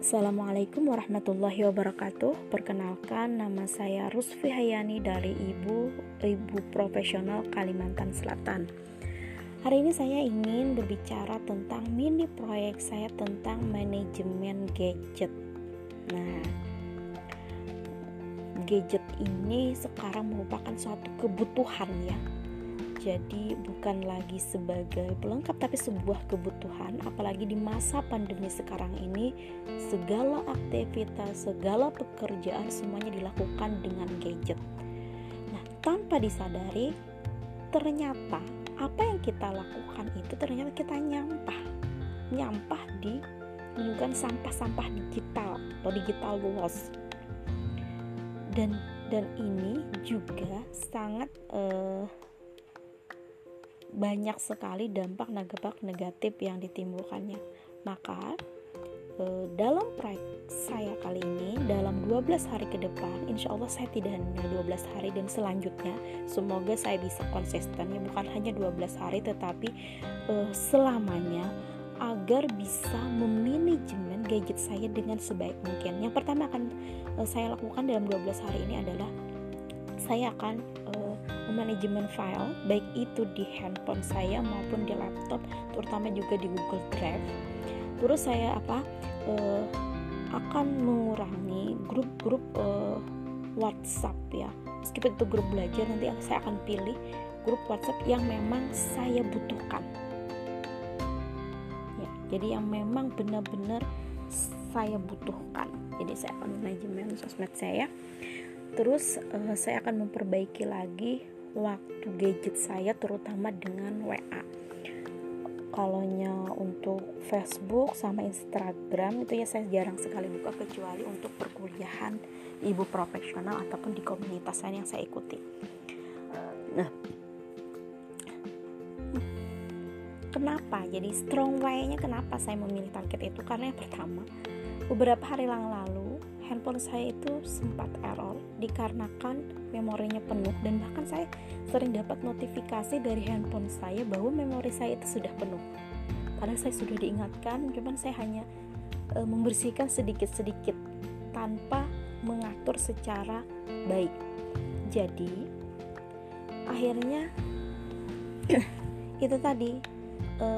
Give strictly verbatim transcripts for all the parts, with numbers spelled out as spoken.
Assalamualaikum warahmatullahi wabarakatuh. Perkenalkan, nama saya Rusfi Hayani dari Ibu Ibu Profesional Kalimantan Selatan. Hari ini saya ingin berbicara tentang mini proyek saya tentang manajemen gadget. Nah, gadget ini sekarang merupakan suatu kebutuhan ya. Jadi bukan lagi sebagai pelengkap tapi sebuah kebutuhan, apalagi di masa pandemi sekarang ini segala aktivitas, segala pekerjaan semuanya dilakukan dengan gadget. Nah, tanpa disadari ternyata apa yang kita lakukan itu ternyata kita nyampah nyampah di lingkungan sampah-sampah digital atau digital loss. Dan dan ini juga sangat eh, banyak sekali dampak-dampak negatif yang ditimbulkannya. Maka e, dalam proyek saya kali ini, dalam dua belas hari ke depan, insya Allah saya tidak hanya dua belas hari dan selanjutnya semoga saya bisa konsisten ya, bukan hanya dua belas hari tetapi e, selamanya, agar bisa memanajemen gadget saya dengan sebaik mungkin. Yang pertama akan e, saya lakukan dalam dua belas hari ini adalah saya akan e, manajemen file, baik itu di handphone saya maupun di laptop, terutama juga di Google Drive. Terus saya apa uh, akan mengurangi grup-grup uh, WhatsApp ya, meskipun itu grup belajar, nanti saya akan pilih grup WhatsApp yang memang saya butuhkan ya, jadi yang memang benar-benar saya butuhkan. Jadi saya akan manajemen sosmed saya. Terus uh, saya akan memperbaiki lagi waktu gadget saya, terutama dengan W A. Kalonya untuk Facebook sama Instagram itu ya saya jarang sekali buka, kecuali untuk perkuliahan ibu profesional ataupun di komunitas yang saya ikuti. Nah, kenapa? Jadi strong way-nya kenapa saya memilih target itu? Karena yang pertama, beberapa hari yang lalu handphone saya itu sempat error dikarenakan memorinya penuh, dan bahkan saya sering dapat notifikasi dari handphone saya bahwa memori saya itu sudah penuh. Padahal saya sudah diingatkan, cuman saya hanya e, membersihkan sedikit-sedikit tanpa mengatur secara baik. Jadi akhirnya itu tadi e,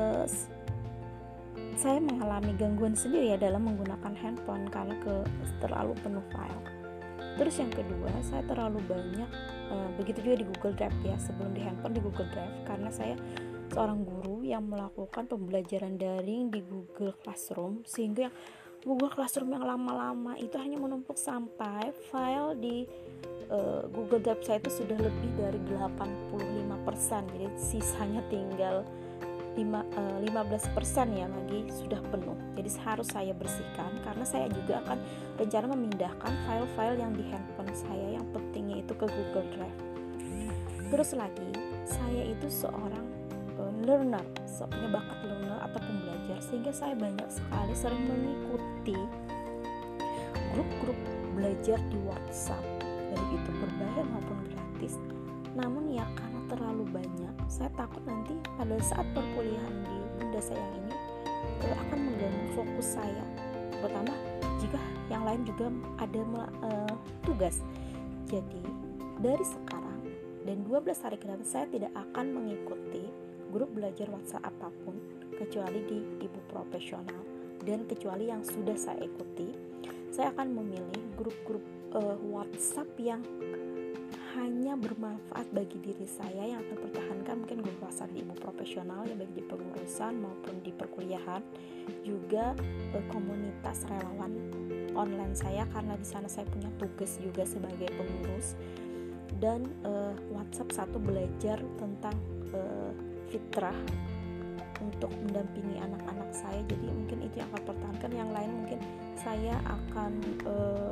saya mengalami gangguan sendiri ya dalam menggunakan handphone karena ke terlalu penuh file. Terus yang kedua, saya terlalu banyak e, begitu juga di Google Drive ya, sebelum di handphone di Google Drive, karena saya seorang guru yang melakukan pembelajaran daring di Google Classroom, sehingga yang Google Classroom yang lama-lama itu hanya menumpuk sampai file di e, Google Drive saya itu sudah lebih dari delapan puluh lima persen, jadi sisanya tinggal lima belas persen ya lagi sudah penuh. Jadi harus saya bersihkan karena saya juga akan rencana memindahkan file-file yang di handphone saya yang pentingnya itu ke Google Drive. Terus lagi, saya itu seorang uh, learner, punya bakat learner atau pembelajar, sehingga saya banyak sekali sering mengikuti grup-grup belajar di WhatsApp, baik itu berbayar maupun gratis. Namun ya karena terlalu banyak, saya takut nanti pada saat perkuliahan di bunda saya yang ini uh, akan mengganggu fokus saya, terutama jika yang lain juga ada uh, tugas. Jadi dari sekarang dan dua belas hari ke depan saya tidak akan mengikuti grup belajar WhatsApp apapun kecuali di ibu profesional, dan kecuali yang sudah saya ikuti, saya akan memilih grup-grup uh, WhatsApp yang hanya bermanfaat bagi diri saya, yang akan pertahankan mungkin grup WhatsApp di ibu profesional ya, baik di pengurusan maupun di perkuliahan, juga eh, komunitas relawan online saya karena di sana saya punya tugas juga sebagai pengurus, dan eh, WhatsApp satu belajar tentang eh, fitrah untuk mendampingi anak-anak saya. Jadi mungkin itu yang akan pertahankan, yang lain mungkin saya akan eh,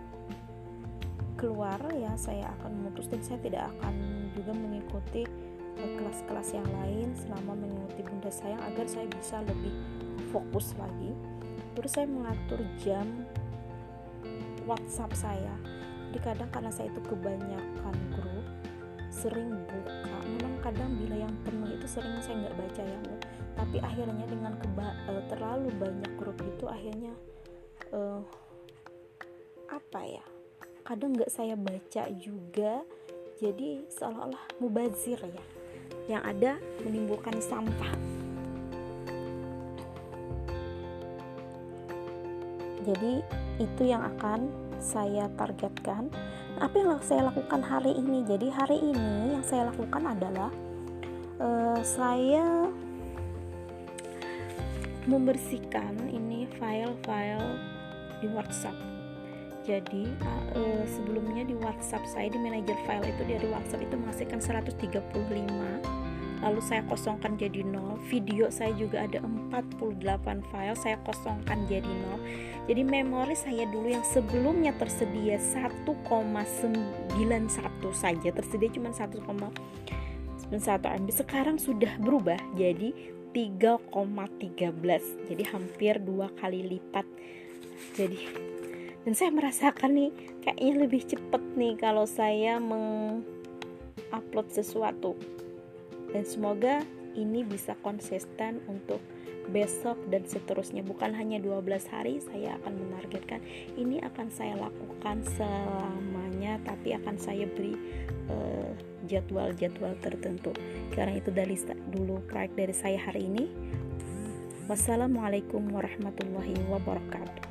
keluar ya, saya akan memutus, dan saya tidak akan juga mengikuti uh, kelas-kelas yang lain selama mengikuti bunda saya, agar saya bisa lebih fokus lagi. Terus saya mengatur jam WhatsApp saya. Jadi kadang karena saya itu kebanyakan grup, sering buka, memang kadang bila yang penuh itu sering saya nggak baca ya, tapi akhirnya dengan keba- uh, terlalu banyak grup itu akhirnya uh, apa ya, kadang nggak saya baca juga, jadi seolah-olah mubazir ya, yang ada menimbulkan sampah. Jadi itu yang akan saya targetkan. Apa yang saya lakukan hari ini? Jadi hari ini yang saya lakukan adalah uh, saya membersihkan ini file-file di WhatsApp. Jadi uh, sebelumnya di WhatsApp saya, di manajer file itu dari WhatsApp itu menghasilkan seratus tiga puluh lima, lalu saya kosongkan jadi nol. Video saya juga ada empat puluh delapan file, saya kosongkan jadi nol. Jadi memori saya dulu yang sebelumnya tersedia satu koma sembilan satu saja, tersedia cuma satu koma sembilan satu M B, sekarang sudah berubah jadi tiga koma tiga belas, jadi hampir dua kali lipat. Jadi, dan saya merasakan nih kayaknya lebih cepat nih kalau saya mengupload sesuatu, dan semoga ini bisa konsisten untuk besok dan seterusnya. Bukan hanya dua belas hari saya akan menargetkan, ini akan saya lakukan selamanya, tapi akan saya beri uh, jadwal-jadwal tertentu. Karena itu dari dulu proyek dari saya hari ini. Wassalamualaikum warahmatullahi wabarakatuh.